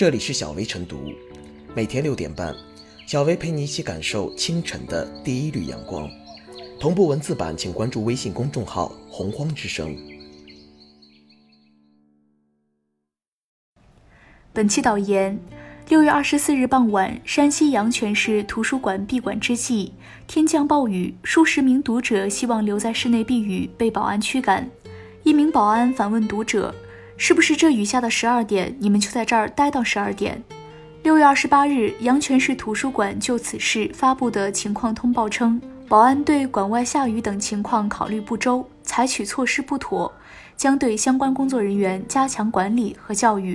这里是小薇晨读，每天6点半，小薇陪你一起感受清晨的第一缕阳光。同步文字版请关注微信公众号洪荒之声。 本期导言：6月24日傍晚，山西阳泉市图书馆闭馆之际，天降暴雨，数十名读者希望留在室内避雨，被保安驱赶。一名保安反问读者：“是不是这雨下到12点，你们就在这儿待到12点？”6月28日，阳泉市图书馆就此事发布的情况通报称，保安对馆外下雨等情况考虑不周，采取措施不妥，将对相关工作人员加强管理和教育。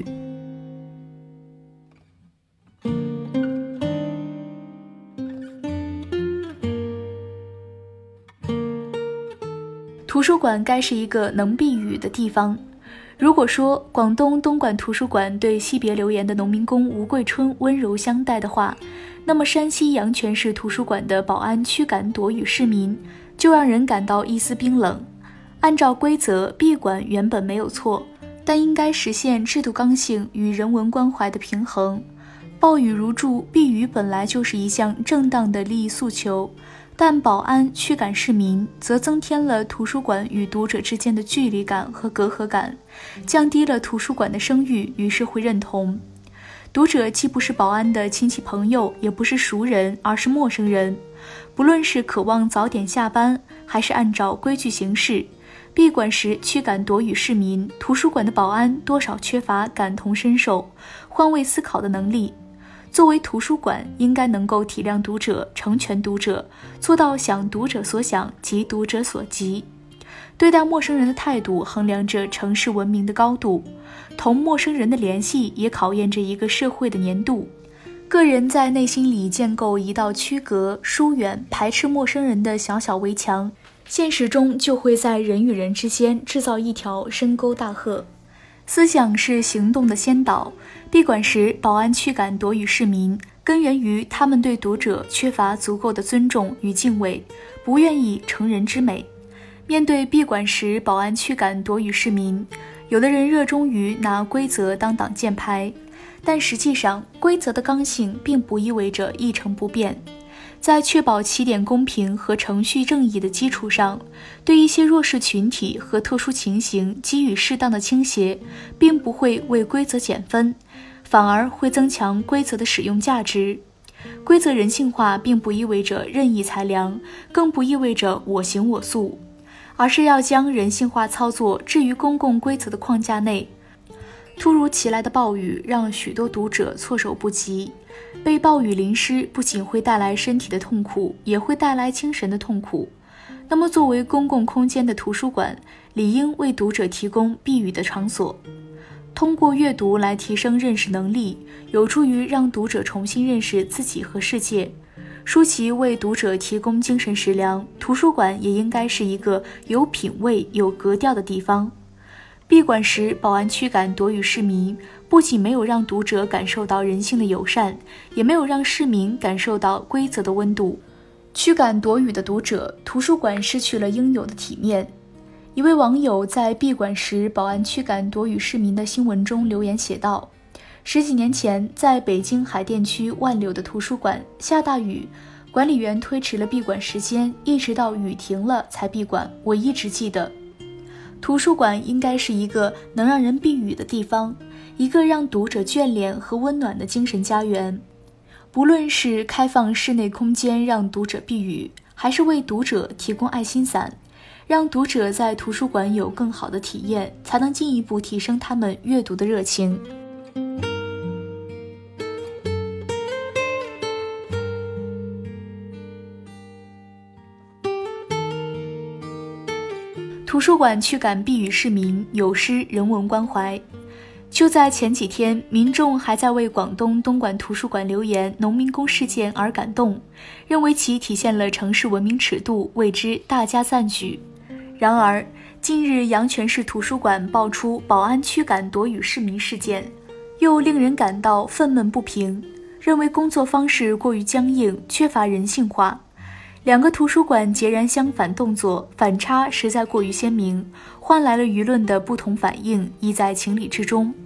图书馆该是一个能避雨的地方。如果说广东东莞图书馆对惜别留言的农民工吴桂春温柔相待的话，那么山西阳泉市图书馆的保安驱赶躲雨市民就让人感到一丝冰冷。按照规则，闭馆原本没有错，但应该实现制度刚性与人文关怀的平衡。暴雨如注，避雨本来就是一项正当的利益诉求，但保安驱赶市民则增添了图书馆与读者之间的距离感和隔阂感，降低了图书馆的声誉与社会认同。读者既不是保安的亲戚朋友，也不是熟人，而是陌生人。不论是渴望早点下班，还是按照规矩行事，闭馆时驱赶躲雨市民，图书馆的保安多少缺乏感同身受、换位思考的能力。作为图书馆，应该能够体谅读者，成全读者，做到想读者所想，急读者所急。对待陌生人的态度衡量着城市文明的高度，同陌生人的联系也考验着一个社会的粘度。个人在内心里建构一道区隔、疏远、排斥陌生人的小小围墙，现实中就会在人与人之间制造一条深沟大壑。思想是行动的先导，闭馆时保安驱赶躲雨市民，根源于他们对读者缺乏足够的尊重与敬畏，不愿意成人之美。面对闭馆时保安驱赶躲雨市民，有的人热衷于拿规则当挡箭牌，但实际上规则的刚性并不意味着一成不变。在确保起点公平和程序正义的基础上，对一些弱势群体和特殊情形给予适当的倾斜，并不会为规则减分，反而会增强规则的使用价值。规则人性化并不意味着任意裁量，更不意味着我行我素，而是要将人性化操作置于公共规则的框架内。突如其来的暴雨让许多读者措手不及，被暴雨淋湿不仅会带来身体的痛苦，也会带来精神的痛苦。那么作为公共空间的图书馆，理应为读者提供避雨的场所。通过阅读来提升认识能力，有助于让读者重新认识自己和世界。书籍为读者提供精神食粮，图书馆也应该是一个有品位、有格调的地方。闭馆时保安驱赶躲雨市民，不仅没有让读者感受到人性的友善，也没有让市民感受到规则的温度。驱赶躲雨的读者，图书馆失去了应有的体面。一位网友在闭馆时保安驱赶躲雨市民的新闻中留言写道：10几年前，在北京海淀区万柳的图书馆下大雨，管理员推迟了闭馆时间，一直到雨停了才闭馆。我一直记得，图书馆应该是一个能让人避雨的地方，一个让读者眷恋和温暖的精神家园。不论是开放室内空间让读者避雨，还是为读者提供爱心伞，让读者在图书馆有更好的体验，才能进一步提升他们阅读的热情。图书馆驱赶避雨市民，有失人文关怀。就在前几天，民众还在为广东东莞图书馆留言农民工事件而感动，认为其体现了城市文明尺度，为之大加赞许。然而，近日阳泉市图书馆爆出保安驱赶躲雨市民事件，又令人感到愤懑不平，认为工作方式过于僵硬，缺乏人性化。两个图书馆截然相反动作，反差实在过于鲜明，换来了舆论的不同反应，亦在情理之中。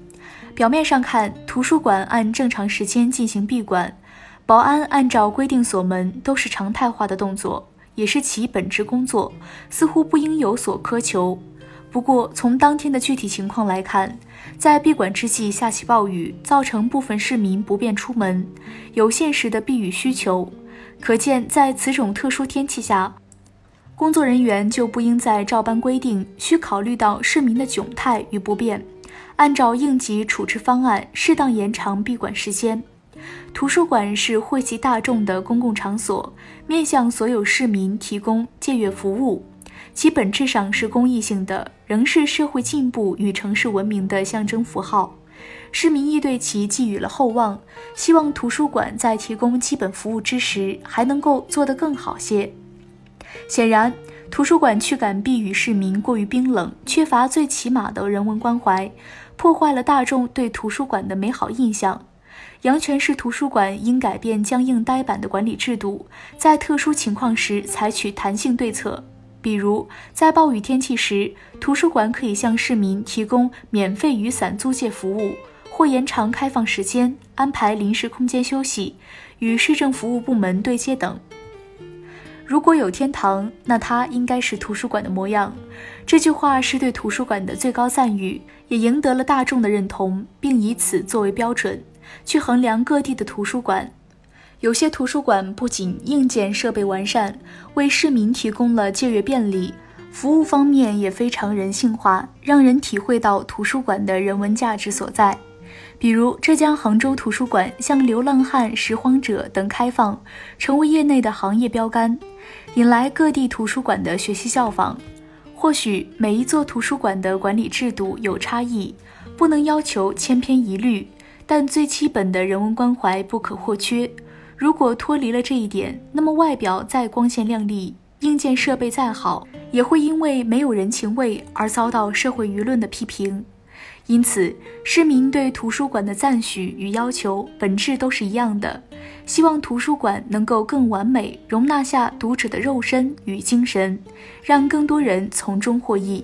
表面上看，图书馆按正常时间进行闭馆，保安按照规定锁门，都是常态化的动作，也是其本职工作，似乎不应有所苛求。不过，从当天的具体情况来看，在闭馆之际下起暴雨，造成部分市民不便出门，有现实的避雨需求。可见，在此种特殊天气下，工作人员就不应再照搬规定，需考虑到市民的窘态与不便，按照应急处置方案，适当延长闭馆时间。图书馆是惠及大众的公共场所，面向所有市民提供借阅服务，其本质上是公益性的，仍是社会进步与城市文明的象征符号。市民亦对其寄予了厚望，希望图书馆在提供基本服务之时，还能够做得更好些。显然，图书馆驱赶避雨市民过于冰冷，缺乏最起码的人文关怀，破坏了大众对图书馆的美好印象。阳泉市图书馆应改变僵硬呆板的管理制度，在特殊情况时采取弹性对策。比如，在暴雨天气时，图书馆可以向市民提供免费雨伞租借服务，或延长开放时间，安排临时空间休息，与市政服务部门对接等。如果有天堂，那它应该是图书馆的模样。这句话是对图书馆的最高赞誉，也赢得了大众的认同，并以此作为标准，去衡量各地的图书馆。有些图书馆不仅硬件设备完善，为市民提供了借阅便利，服务方面也非常人性化，让人体会到图书馆的人文价值所在。比如浙江杭州图书馆向流浪汉、拾荒者等开放，成为业内的行业标杆，引来各地图书馆的学习效仿。或许每一座图书馆的管理制度有差异，不能要求千篇一律，但最基本的人文关怀不可或缺。如果脱离了这一点，那么外表再光鲜亮丽，硬件设备再好，也会因为没有人情味而遭到社会舆论的批评。因此，市民对图书馆的赞许与要求本质都是一样的，希望图书馆能够更完美容纳下读者的肉身与精神，让更多人从中获益。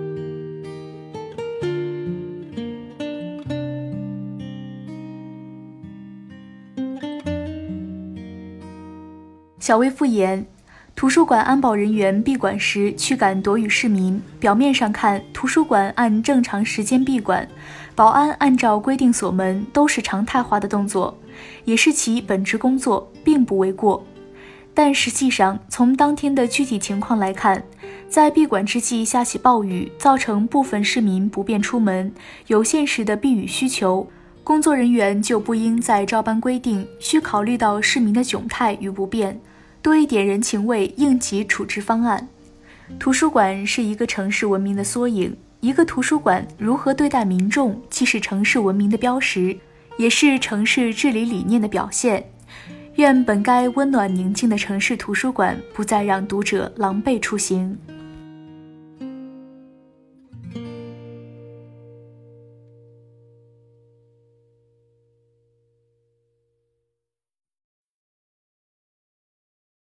小微复言，图书馆安保人员闭馆时驱赶躲雨市民，表面上看，图书馆按正常时间闭馆，保安按照规定锁门，都是常态化的动作，也是其本职工作，并不为过。但实际上，从当天的具体情况来看，在闭馆之际下起暴雨，造成部分市民不便出门，有现实的避雨需求，工作人员就不应再照搬规定，需考虑到市民的窘态与不便，多一点人情味，应急处置方案。图书馆是一个城市文明的缩影，一个图书馆如何对待民众，既是城市文明的标识，也是城市治理理念的表现。愿本该温暖宁静的城市图书馆，不再让读者狼狈出行。